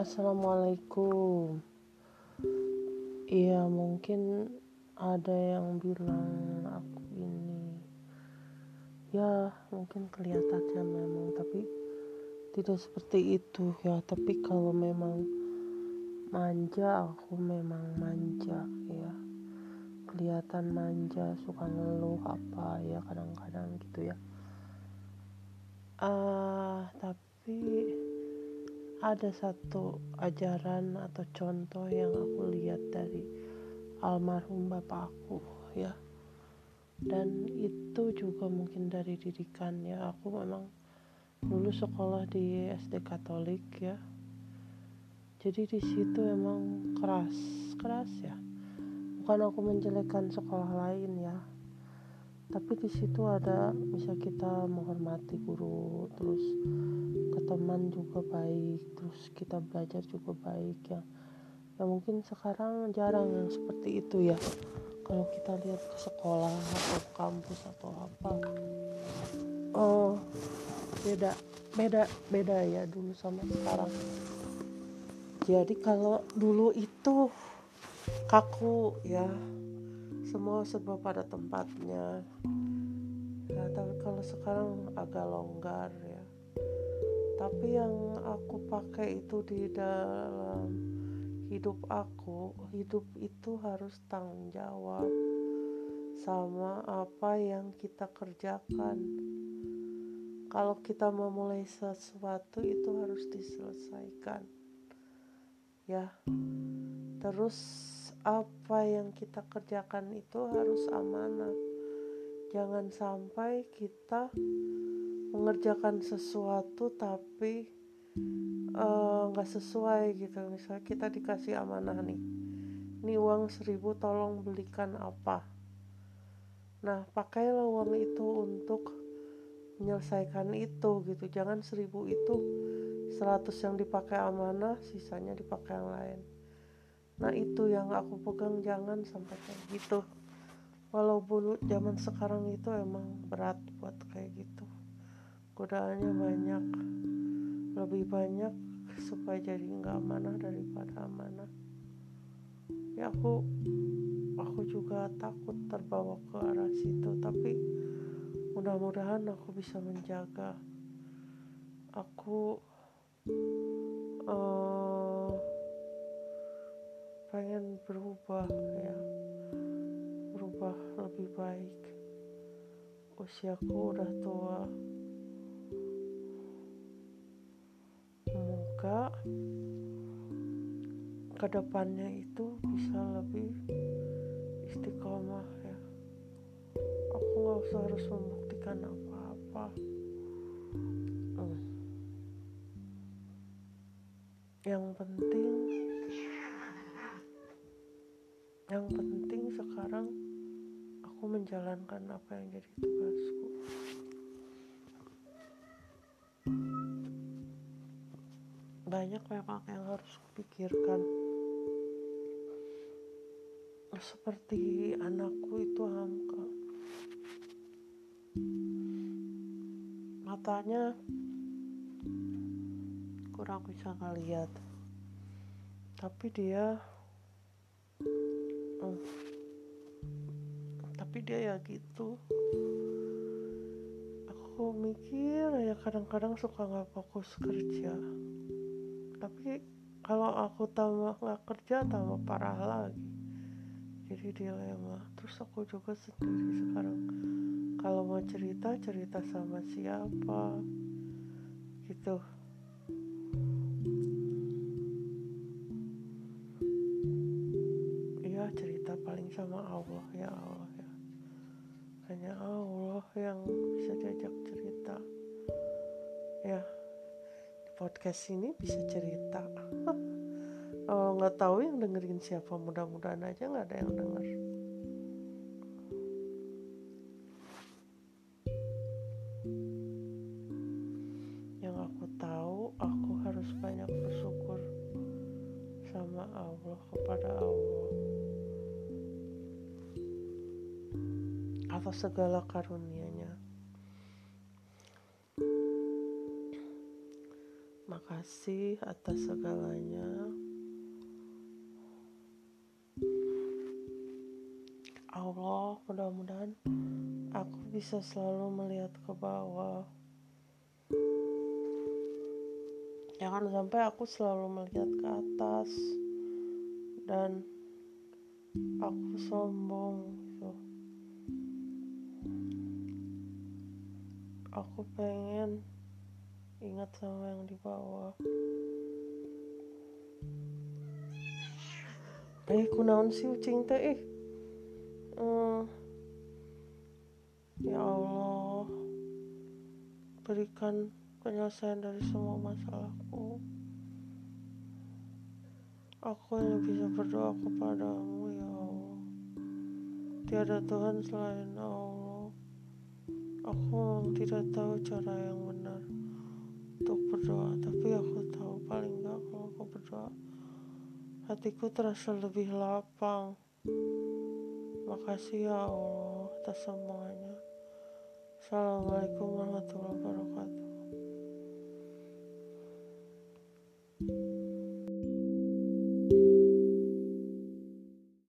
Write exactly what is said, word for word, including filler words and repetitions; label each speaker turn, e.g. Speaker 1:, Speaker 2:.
Speaker 1: Assalamualaikum. Iya, mungkin ada yang bilang aku ini, ya mungkin kelihatannya memang, tapi tidak seperti itu ya. Tapi kalau memang manja, aku memang manja ya. Kelihatan manja, suka ngeluh apa ya kadang-kadang gitu ya. Ah, tapi ada satu ajaran atau contoh yang aku lihat dari almarhum bapak aku ya, dan itu juga mungkin dari didikan ya. Aku memang dulu sekolah di S D Katolik ya, jadi di situ emang keras keras ya. Bukan aku menjelekkan sekolah lain ya, tapi di situ ada bisa kita menghormati guru, terus ke teman juga baik, terus kita belajar juga baik ya. Ya mungkin sekarang jarang yang seperti itu ya. Kalau kita lihat ke sekolah atau kampus atau apa, oh beda beda beda ya dulu sama sekarang. Jadi kalau dulu itu kaku ya, semua serba pada tempatnya ya, tapi kalau sekarang agak longgar ya. Tapi yang aku pakai itu di dalam hidup aku, hidup itu harus tanggung jawab sama apa yang kita kerjakan. Kalau kita memulai sesuatu itu harus diselesaikan ya. Terus apa yang kita kerjakan itu harus amanah. Jangan sampai kita mengerjakan sesuatu tapi nggak uh, sesuai gitu. Misalnya kita dikasih amanah nih, ini uang seribu tolong belikan apa. Nah, pakailah uang itu untuk menyelesaikan itu gitu. Jangan seribu itu seratus yang dipakai amanah, sisanya dipakai yang lain. Nah, itu yang aku pegang, jangan sampai kayak gitu. Walaupun zaman sekarang itu emang berat buat kayak gitu, godaannya banyak, lebih banyak supaya jadi nggak amanah daripada amanah ya. Aku aku juga takut terbawa ke arah situ, tapi mudah-mudahan aku bisa menjaga. Aku uh, pengen berubah ya, berubah lebih baik. Usiaku udah tua, semoga kedepannya itu bisa lebih istiqomah ya. Aku gak usah harus membuktikan apa-apa. hmm. Yang penting Yang penting sekarang aku menjalankan apa yang jadi tugasku. Banyak memang yang harus kupikirkan. Seperti anakku itu Hamka, matanya kurang bisa ngeliat, tapi dia hmm, tapi dia ya gitu. Aku mikir ya, kadang-kadang suka gak fokus kerja, tapi kalau aku tambah gak kerja tambah parah lagi, jadi dilema. Terus aku juga sendiri sekarang, kalau mau cerita cerita sama siapa gitu. Ya cerita paling sama Allah ya. Allah ya, hanya Allah yang bisa diajak cerita ya. Di podcast ini bisa cerita. Oh, nggak tahu yang dengerin siapa, mudah-mudahan aja nggak ada yang denger. Yang aku tahu, aku harus banyak bersyukur sama Allah, kepada Allah atas segala karunia-Nya. Makasih atas segalanya. Allah, mudah-mudahan aku bisa selalu melihat ke bawah. Jangan sampai aku selalu melihat ke atas dan aku sombong gitu. Aku pengen ingat sama yang di bawah. Eh, kunaon sih ucing teh eh. Hmm, ya Allah, berikan penyelesaian dari semua masalahku. Aku hanya bisa berdoa kepadamu ya Allah. Tiada Tuhan selain Allah. Aku memang tidak tahu cara yang benar untuk berdoa, tapi aku tahu paling gak kalau aku berdoa hatiku terasa lebih lapang. Makasih ya Allah atas semuanya. Assalamualaikum warahmatullahi wabarakatuh.